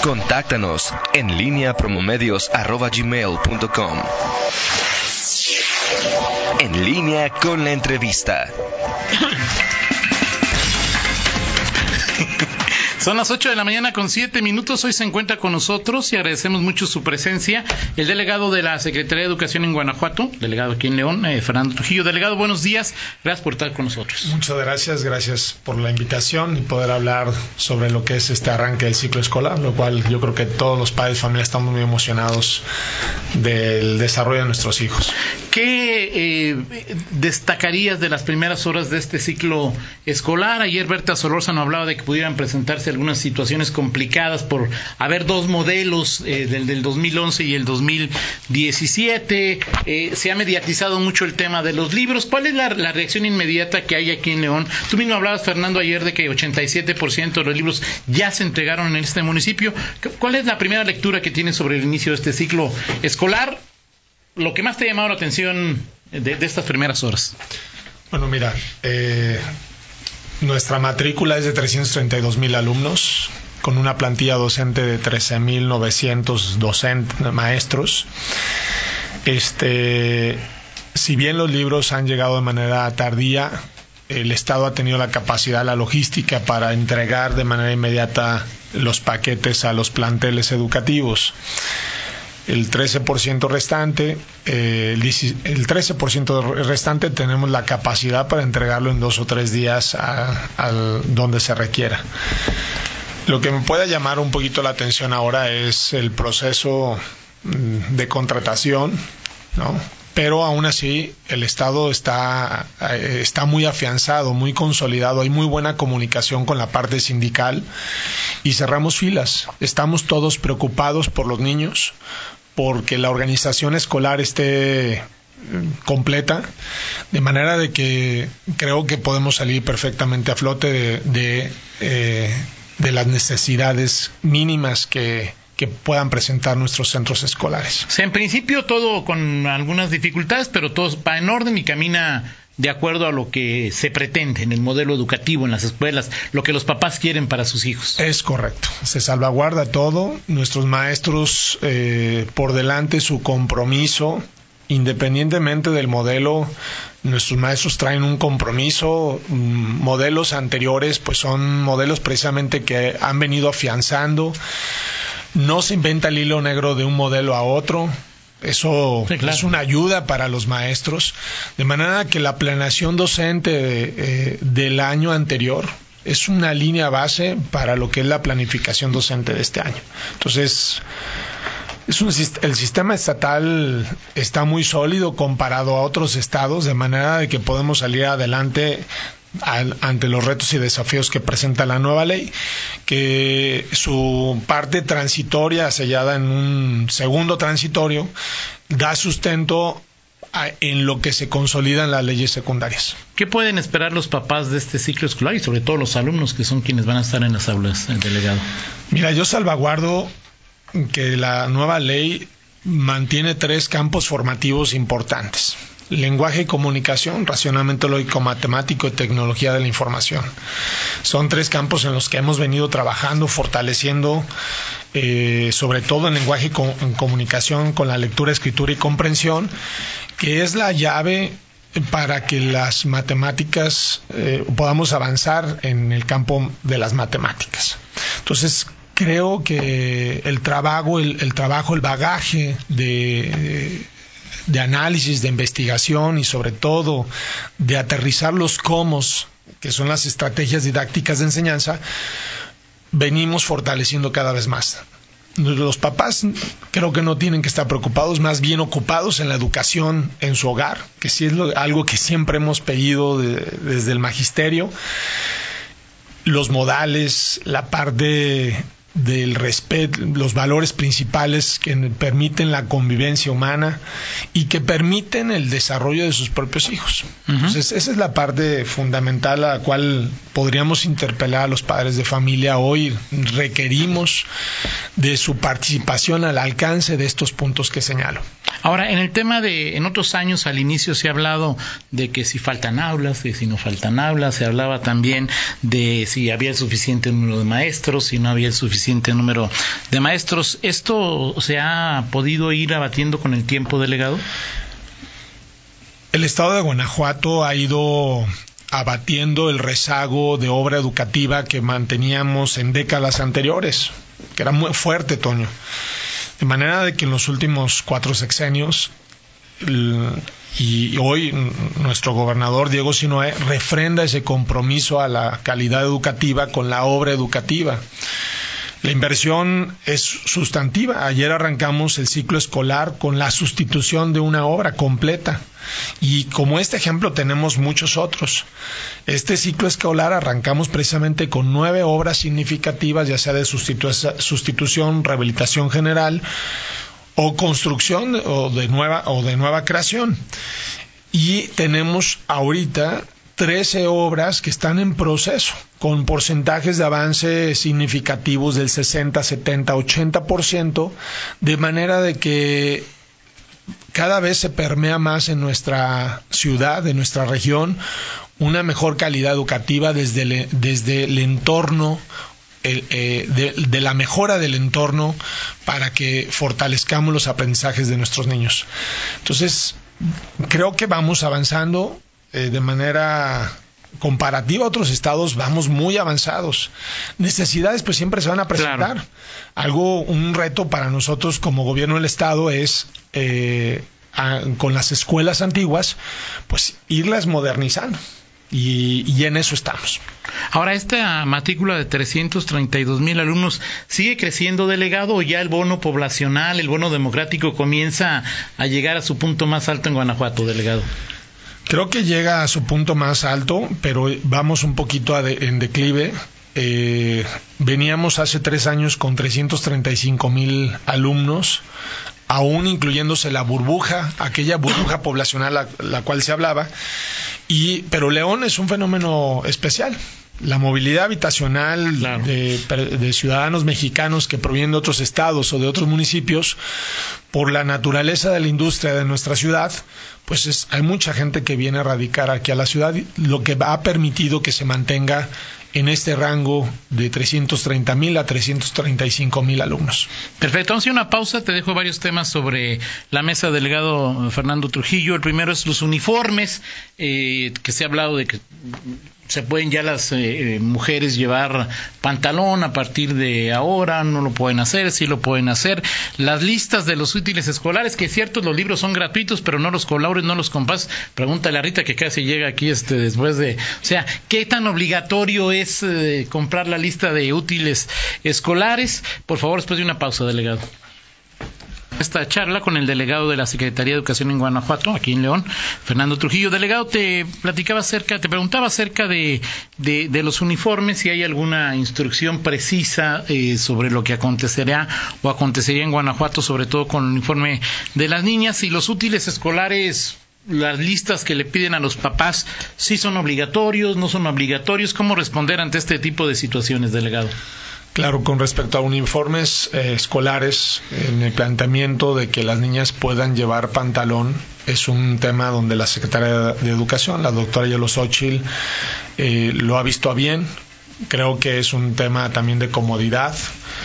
Contáctanos en línea promomedios@gmail.com. En línea con la entrevista. Son las 8 de la mañana con 7 minutos. Hoy se encuentra con nosotros y agradecemos mucho su presencia el delegado de la Secretaría de Educación en Guanajuato, delegado aquí en León, Fernando Trujillo. Delegado, buenos días. Gracias por estar con nosotros. Muchas gracias por la invitación y poder hablar sobre lo que es este arranque del ciclo escolar, lo cual yo creo que todos los padres de familia estamos muy emocionados del desarrollo de nuestros hijos. ¿Qué destacarías de las primeras horas de este ciclo escolar? Ayer Berta Solórzano hablaba de que pudieran presentarse algunas situaciones complicadas por haber dos modelos, del 2011 y el 2017. Se ha mediatizado mucho el tema de los libros. ¿Cuál es la reacción inmediata que hay aquí en León? Tú mismo hablabas, Fernando, ayer de que 87% de los libros ya se entregaron en este municipio. ¿Cuál es la primera lectura que tienes sobre el inicio de este ciclo escolar? Lo que más te ha llamado la atención de estas primeras horas. Bueno, mira, nuestra matrícula es de 332,000 alumnos, con una plantilla docente de 13,900 maestros. Si bien los libros han llegado de manera tardía, el Estado ha tenido la capacidad, la logística para entregar de manera inmediata los paquetes a los planteles educativos. El 13% restante, el 13% restante tenemos la capacidad para entregarlo en 2 o 3 días a donde se requiera. Lo que me puede llamar un poquito la atención ahora es el proceso de contratación, ¿no? Pero aún así el Estado está muy afianzado, muy consolidado, hay muy buena comunicación con la parte sindical y cerramos filas. Estamos todos preocupados por los niños, porque la organización escolar esté completa, de manera de que creo que podemos salir perfectamente a flote de las necesidades mínimas que puedan presentar nuestros centros escolares. O sea, en principio todo con algunas dificultades, pero todo va en orden y camina de acuerdo a lo que se pretende en el modelo educativo, en las escuelas, lo que los papás quieren para sus hijos. Es correcto, se salvaguarda todo, nuestros maestros por delante su compromiso, independientemente del modelo, nuestros maestros traen un compromiso. Modelos anteriores pues son modelos precisamente que han venido afianzando. No se inventa el hilo negro de un modelo a otro. Eso sí, claro, es una ayuda para los maestros, de manera que la planeación docente del año anterior es una línea base para lo que es la planificación docente de este año. Entonces, el sistema estatal está muy sólido comparado a otros estados, de manera de que podemos salir adelante ante los retos y desafíos que presenta la nueva ley, que su parte transitoria, sellada en un segundo transitorio, da sustento en lo que se consolidan las leyes secundarias. ¿Qué pueden esperar los papás de este ciclo escolar y sobre todo los alumnos que son quienes van a estar en las aulas, el delegado? Mira, yo salvaguardo que la nueva ley mantiene 3 campos formativos importantes: lenguaje y comunicación, racionamiento lógico matemático y tecnología de la información. Son 3 campos en los que hemos venido trabajando, fortaleciendo, sobre todo en lenguaje y en comunicación, con la lectura, escritura y comprensión, que es la llave para que las matemáticas podamos avanzar en el campo de las matemáticas. Entonces, creo que el trabajo, el bagaje de análisis, de investigación y sobre todo de aterrizar los cómos, que son las estrategias didácticas de enseñanza, venimos fortaleciendo cada vez más. Los papás creo que no tienen que estar preocupados, más bien ocupados en la educación en su hogar, que sí es algo que siempre hemos pedido desde el magisterio. Los modales, la parte del respeto, los valores principales que permiten la convivencia humana y que permiten el desarrollo de sus propios hijos. Entonces, esa es la parte fundamental a la cual podríamos interpelar a los padres de familia hoy. Requerimos de su participación al alcance de estos puntos que señalo. Ahora, en el tema en otros años al inicio se ha hablado de que si faltan aulas, de si no faltan aulas, se hablaba también de si había el suficiente número de maestros, si no había el suficiente suficiente número de maestros. ¿Esto se ha podido ir abatiendo con el tiempo, delegado? El estado de Guanajuato ha ido abatiendo el rezago de obra educativa que manteníamos en décadas anteriores, que era muy fuerte, Toño. De manera de que en los últimos 4 sexenios, y hoy nuestro gobernador Diego Sinoé refrenda ese compromiso a la calidad educativa con la obra educativa. La inversión es sustantiva. Ayer arrancamos el ciclo escolar con la sustitución de una obra completa. Y como este ejemplo tenemos muchos otros. Este ciclo escolar arrancamos precisamente con 9 obras significativas, ya sea de sustitución, rehabilitación general o construcción o de nueva creación. Y tenemos ahorita 13 obras que están en proceso, con porcentajes de avance significativos del 60, 70, 80%, de manera de que cada vez se permea más en nuestra ciudad, en nuestra región, una mejor calidad educativa desde el entorno, de la mejora del entorno, para que fortalezcamos los aprendizajes de nuestros niños. Entonces, creo que vamos avanzando de manera comparativa a otros estados, vamos muy avanzados. Necesidades pues siempre se van a presentar. Claro. Un reto para nosotros como gobierno del estado es con las escuelas antiguas, pues irlas modernizando. Y en eso estamos. Ahora, esta matrícula de 332,000 alumnos, ¿sigue creciendo, delegado, o ya el bono poblacional, el bono democrático comienza a llegar a su punto más alto en Guanajuato, delegado? Creo que llega a su punto más alto, pero vamos un poquito en declive. Veníamos hace 3 años con 335,000 alumnos, aún incluyéndose la burbuja, aquella burbuja poblacional la cual se hablaba. Pero León es un fenómeno especial. La movilidad habitacional, claro, de ciudadanos mexicanos que provienen de otros estados o de otros municipios, por la naturaleza de la industria de nuestra ciudad, pues hay mucha gente que viene a radicar aquí a la ciudad, lo que ha permitido que se mantenga en este rango de 330,000 a 335,000 alumnos. Perfecto, vamos a hacer una pausa, te dejo varios temas sobre la mesa, delegado Fernando Trujillo. El primero es los uniformes, que se ha hablado de que se pueden ya las mujeres llevar pantalón a partir de ahora, no lo pueden hacer, sí lo pueden hacer. Las listas de los útiles escolares, que es cierto, los libros son gratuitos, pero no los colores, no los compás. Pregúntale a Rita, que casi llega aquí después de... O sea, ¿qué tan obligatorio es comprar la lista de útiles escolares? Por favor, después de una pausa, delegado. Esta charla con el delegado de la Secretaría de Educación en Guanajuato, aquí en León, Fernando Trujillo. Delegado, te preguntaba acerca de los uniformes, si hay alguna instrucción precisa sobre lo que acontecería en Guanajuato, sobre todo con el uniforme de las niñas, y los útiles escolares. Las listas que le piden a los papás, ¿sí son obligatorios, no son obligatorios? ¿Cómo responder ante este tipo de situaciones, delegado? Claro, con respecto a uniformes escolares, en el planteamiento de que las niñas puedan llevar pantalón, es un tema donde la Secretaría de Educación, la doctora Yolosóchil, lo ha visto a bien. Creo que es un tema también de comodidad,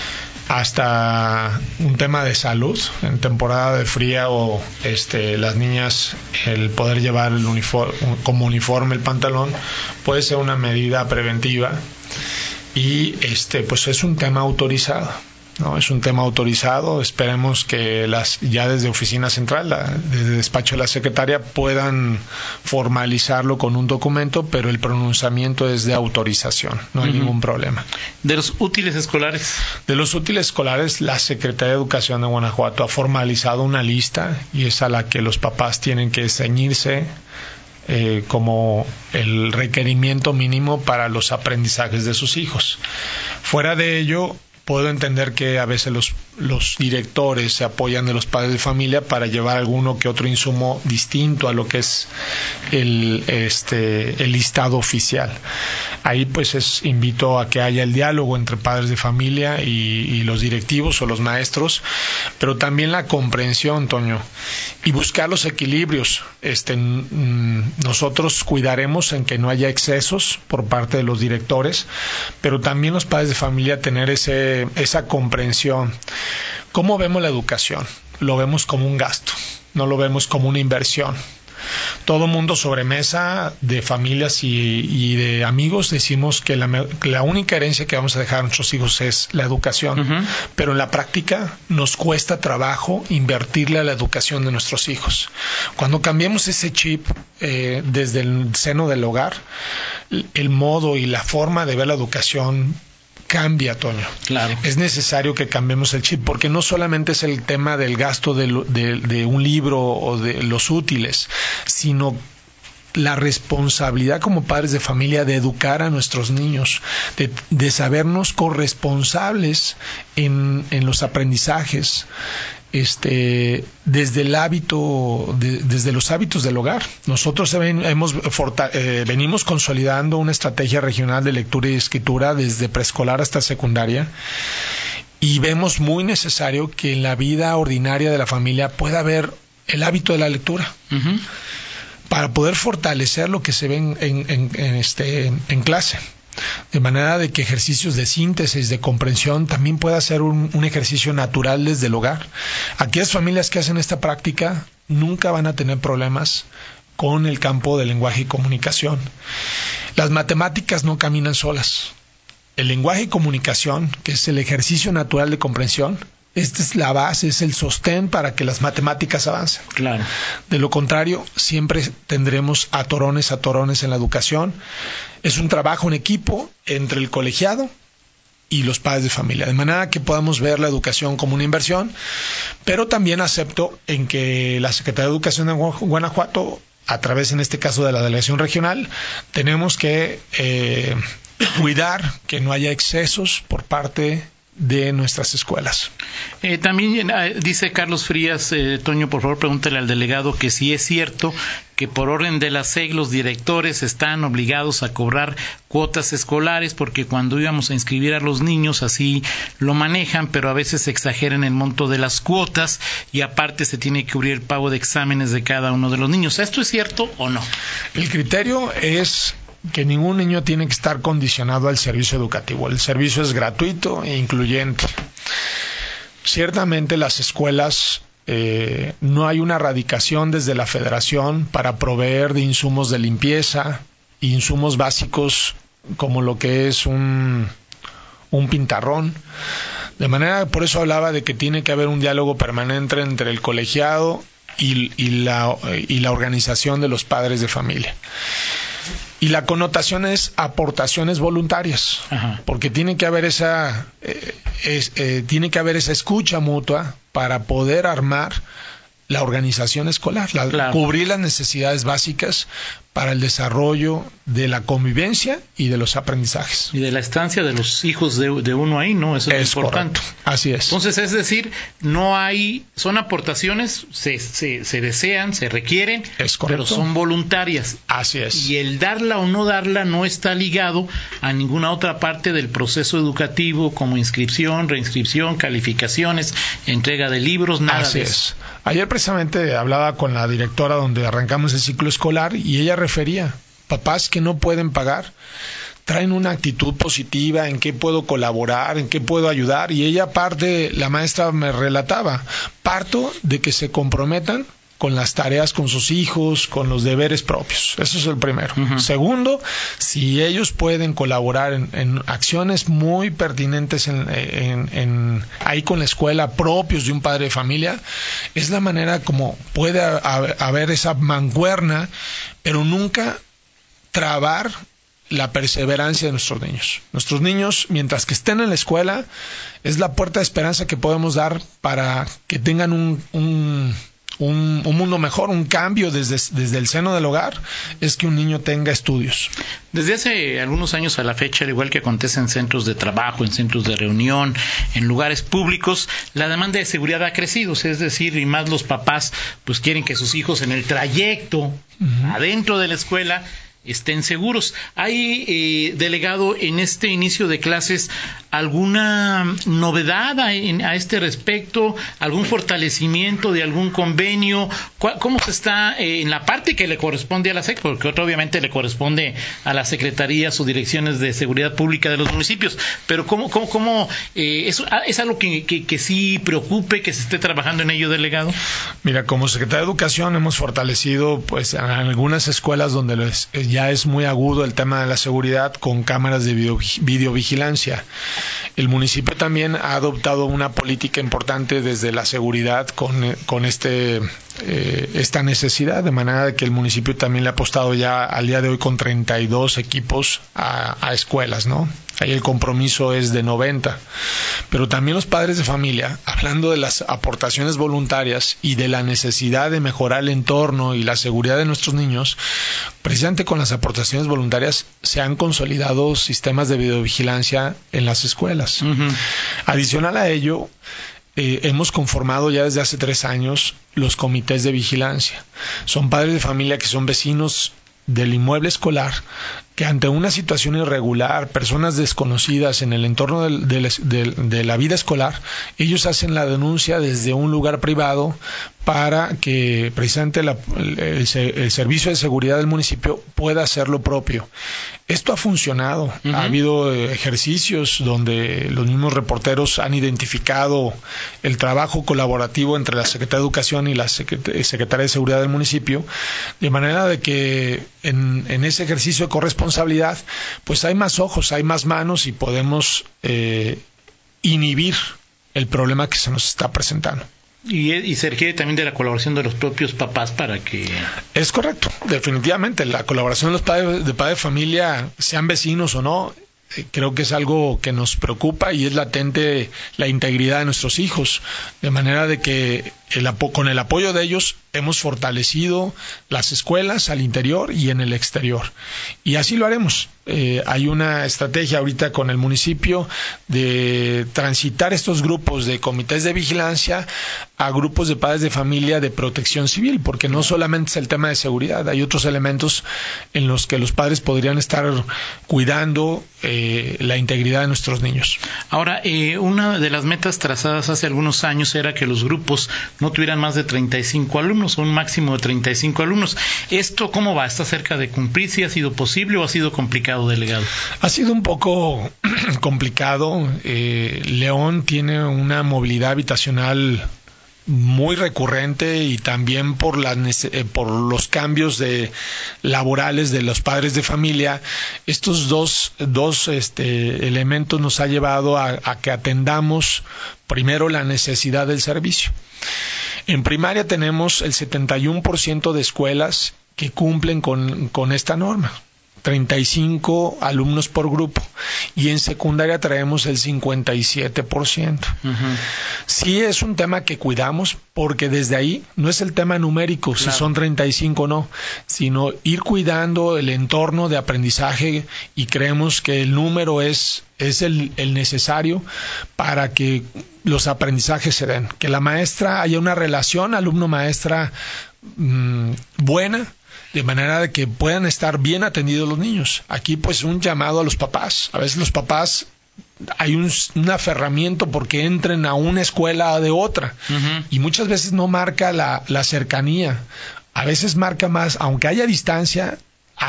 hasta un tema de salud. En temporada de fría o las niñas, el poder llevar como uniforme el pantalón puede ser una medida preventiva. Y pues es un tema autorizado, ¿no? Es un tema autorizado. Esperemos que ya desde Oficina Central, desde el despacho de la secretaria, puedan formalizarlo con un documento, pero el pronunciamiento es de autorización, no hay ningún problema. ¿De los útiles escolares? De los útiles escolares, la Secretaría de Educación de Guanajuato ha formalizado una lista, y es a la que los papás tienen que ceñirse como el requerimiento mínimo para los aprendizajes de sus hijos. Fuera de ello, puedo entender que a veces los directores se apoyan de los padres de familia para llevar alguno que otro insumo distinto a lo que es el listado oficial. Ahí pues invito a que haya el diálogo entre padres de familia y los directivos o los maestros, pero también la comprensión, Toño, y buscar los equilibrios. Nosotros cuidaremos en que no haya excesos por parte de los directores, pero también los padres de familia tener ese esa comprensión. ¿Cómo vemos la educación? Lo vemos como un gasto, no lo vemos como una inversión. Todo mundo sobre mesa de familias y de amigos decimos que la única herencia que vamos a dejar a nuestros hijos es la educación, pero en la práctica nos cuesta trabajo invertirle a la educación de nuestros hijos. Cuando cambiemos ese chip desde el seno del hogar, el modo y la forma de ver la educación cambia, Toño. Claro. Es necesario que cambiemos el chip, porque no solamente es el tema del gasto de un libro o de los útiles, sino la responsabilidad como padres de familia de educar a nuestros niños, de sabernos corresponsables en los aprendizajes, desde el hábito, desde los hábitos del hogar. Nosotros venimos consolidando una estrategia regional de lectura y escritura desde preescolar hasta secundaria, y vemos muy necesario que en la vida ordinaria de la familia pueda haber el hábito de la lectura. Para poder fortalecer lo que se ve en clase, de manera de que ejercicios de síntesis, de comprensión, también pueda ser un ejercicio natural desde el hogar. Aquellas familias que hacen esta práctica nunca van a tener problemas con el campo del lenguaje y comunicación. Las matemáticas no caminan solas. El lenguaje y comunicación, que es el ejercicio natural de comprensión, esta es la base, es el sostén para que las matemáticas avancen. Claro. De lo contrario, siempre tendremos atorones en la educación. Es un trabajo en equipo entre el colegiado y los padres de familia, de manera que podamos ver la educación como una inversión, pero también acepto en que la Secretaría de Educación de Guanajuato, a través en este caso de la delegación regional, tenemos que cuidar que no haya excesos por parte de nuestras escuelas. También dice Carlos Frías, Toño, por favor pregúntale al delegado que si es cierto que por orden de la SEG los directores están obligados a cobrar cuotas escolares, porque cuando íbamos a inscribir a los niños así lo manejan, pero a veces se exageran el monto de las cuotas y aparte se tiene que cubrir el pago de exámenes de cada uno de los niños. ¿Esto es cierto o no? El criterio es que ningún niño tiene que estar condicionado al servicio educativo. El servicio es gratuito e incluyente. Ciertamente las escuelas, no hay una radicación desde la federación para proveer de insumos de limpieza, insumos básicos como lo que es un pintarrón. De manera, por eso hablaba de que tiene que haber un diálogo permanente entre el colegiado y la organización de los padres de familia. Y la connotación es aportaciones voluntarias. Ajá. Porque tiene que haber esa escucha mutua para poder armar la organización escolar, claro, cubrir las necesidades básicas para el desarrollo de la convivencia y de los aprendizajes. Y de la estancia de los hijos de uno ahí, ¿no? Eso es importante. Correcto. Así es. Entonces, es decir, son aportaciones, se desean, se requieren, pero son voluntarias. Así es. Y el darla o no darla no está ligado a ninguna otra parte del proceso educativo, como inscripción, reinscripción, calificaciones, entrega de libros, nada Así de eso. Es. Ayer precisamente hablaba con la directora donde arrancamos el ciclo escolar y ella refería, papás que no pueden pagar, traen una actitud positiva, en qué puedo colaborar, en qué puedo ayudar, y ella la maestra me relataba, parto de que se comprometan con las tareas con sus hijos, con los deberes propios. Eso es el primero. Uh-huh. Segundo, si ellos pueden colaborar en acciones muy pertinentes ahí con la escuela, propios de un padre de familia, es la manera como puede haber esa mancuerna, pero nunca trabar la perseverancia de nuestros niños. Nuestros niños, mientras que estén en la escuela, es la puerta de esperanza que podemos dar para que tengan un mundo mejor, un cambio desde el seno del hogar, es que un niño tenga estudios. Desde hace algunos años a la fecha, al igual que acontece en centros de trabajo, en centros de reunión, en lugares públicos, la demanda de seguridad ha crecido, es decir, y más los papás pues quieren que sus hijos en el trayecto adentro de la escuela estén seguros. ¿Hay, delegado, en este inicio de clases alguna novedad a este respecto? ¿Algún fortalecimiento de algún convenio? ¿Cómo se está en la parte que le corresponde a la SEC? Porque obviamente le corresponde a las secretarías o direcciones de seguridad pública de los municipios. Pero ¿cómo es algo que sí preocupe, que se esté trabajando en ello, delegado? Mira, como Secretaría de Educación hemos fortalecido pues en algunas escuelas donde ya es muy agudo el tema de la seguridad con cámaras de videovigilancia. El municipio también ha adoptado una política importante desde la seguridad con esta necesidad, de manera que el municipio también le ha apostado ya al día de hoy con 32 equipos a escuelas, ¿no? Ahí el compromiso es de 90. Pero también los padres de familia, hablando de las aportaciones voluntarias y de la necesidad de mejorar el entorno y la seguridad de nuestros niños, precisamente con las aportaciones voluntarias se han consolidado sistemas de videovigilancia en las escuelas. Uh-huh. Adicional a ello, hemos conformado ya desde hace 3 años los comités de vigilancia. Son padres de familia que son vecinos del inmueble escolar, que ante una situación irregular, personas desconocidas en el entorno de la vida escolar, ellos hacen la denuncia desde un lugar privado para que precisamente el servicio de seguridad del municipio pueda hacer lo propio. Esto ha funcionado. Uh-huh. Ha habido ejercicios donde los mismos reporteros han identificado el trabajo colaborativo entre la Secretaría de Educación y la Secretaría de Seguridad del municipio, de manera de que en ese ejercicio de corresponsabilidad pues hay más ojos, hay más manos y podemos inhibir el problema que se nos está presentando. Y se requiere también de la colaboración de los propios papás para que... Es correcto, definitivamente. La colaboración de los padres de familia, sean vecinos o no, creo que es algo que nos preocupa y es latente la integridad de nuestros hijos. De manera de que con el apoyo de ellos hemos fortalecido las escuelas al interior y en el exterior. Y así lo haremos. Hay una estrategia ahorita con el municipio de transitar estos grupos de comités de vigilancia a grupos de padres de familia de protección civil, porque no solamente es el tema de seguridad, hay otros elementos en los que los padres podrían estar cuidando la integridad de nuestros niños. Ahora, una de las metas trazadas hace algunos años era que los grupos no tuvieran más de 35 alumnos, o un máximo de 35 alumnos. ¿Esto cómo va? ¿Está cerca de cumplirse? ¿Ha sido posible o ha sido complicado, delegado? Ha sido un poco complicado. León tiene una movilidad habitacional muy recurrente y también por los cambios laborales de los padres de familia. Estos dos elementos nos ha llevado a que atendamos primero la necesidad del servicio. En primaria tenemos el 71% de escuelas que cumplen con esta norma, 35 alumnos por grupo, y en secundaria traemos el 57%. Uh-huh. Sí es un tema que cuidamos, porque desde ahí no es el tema numérico, claro, si son 35 o no, sino ir cuidando el entorno de aprendizaje, y creemos que el número es el necesario para que los aprendizajes se den, que la maestra haya una relación alumno-maestra buena, de manera de que puedan estar bien atendidos los niños. Aquí pues un llamado a los papás. A veces los papás hay un aferramiento porque entren a una escuela de otra, uh-huh, y muchas veces no marca la cercanía. A veces marca más, aunque haya distancia,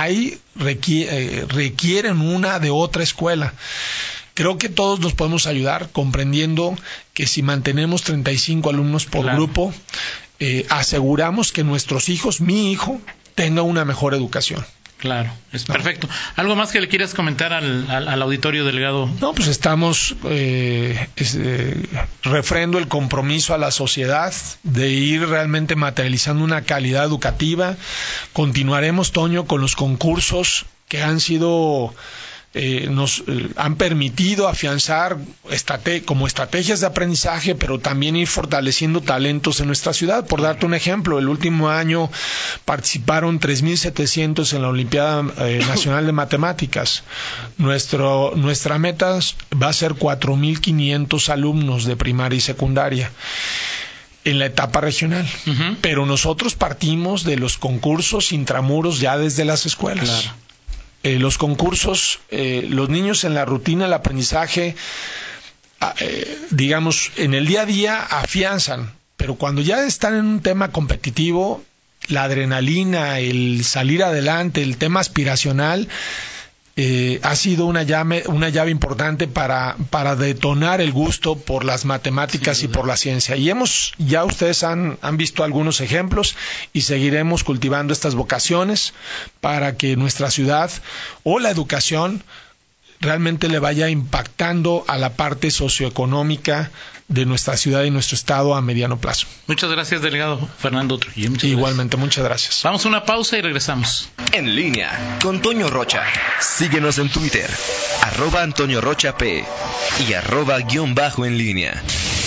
requieren una de otra escuela. Creo que todos nos podemos ayudar comprendiendo que si mantenemos 35 alumnos por claro, grupo, aseguramos que nuestros hijos, mi hijo, tenga una mejor educación. Claro, es perfecto. ¿Algo más que le quieras comentar al auditorio, delegado? No, pues estamos refrendo el compromiso a la sociedad de ir realmente materializando una calidad educativa. Continuaremos, Toño, con los concursos que han sido... nos han permitido afianzar como estrategias de aprendizaje, pero también ir fortaleciendo talentos en nuestra ciudad. Por darte un ejemplo, el último año participaron 3,700 en la Olimpiada Nacional de Matemáticas. Nuestra meta va a ser 4,500 alumnos de primaria y secundaria en la etapa regional. Uh-huh. Pero nosotros partimos de los concursos intramuros ya desde las escuelas. Claro. los concursos, los niños en la rutina, el aprendizaje, digamos, en el día a día afianzan, pero cuando ya están en un tema competitivo, la adrenalina, el salir adelante, el tema aspiracional, ha sido una llave importante para detonar el gusto por las matemáticas y por la ciencia. Y ya ustedes han visto algunos ejemplos y seguiremos cultivando estas vocaciones para que nuestra ciudad o la educación realmente le vaya impactando a la parte socioeconómica de nuestra ciudad y nuestro estado a mediano plazo. Muchas gracias, delegado Fernando Trujillo. Igualmente, muchas gracias. Vamos a una pausa y regresamos. En línea con Toño Rocha. Síguenos en Twitter, @AntonioRochaP y @_en línea.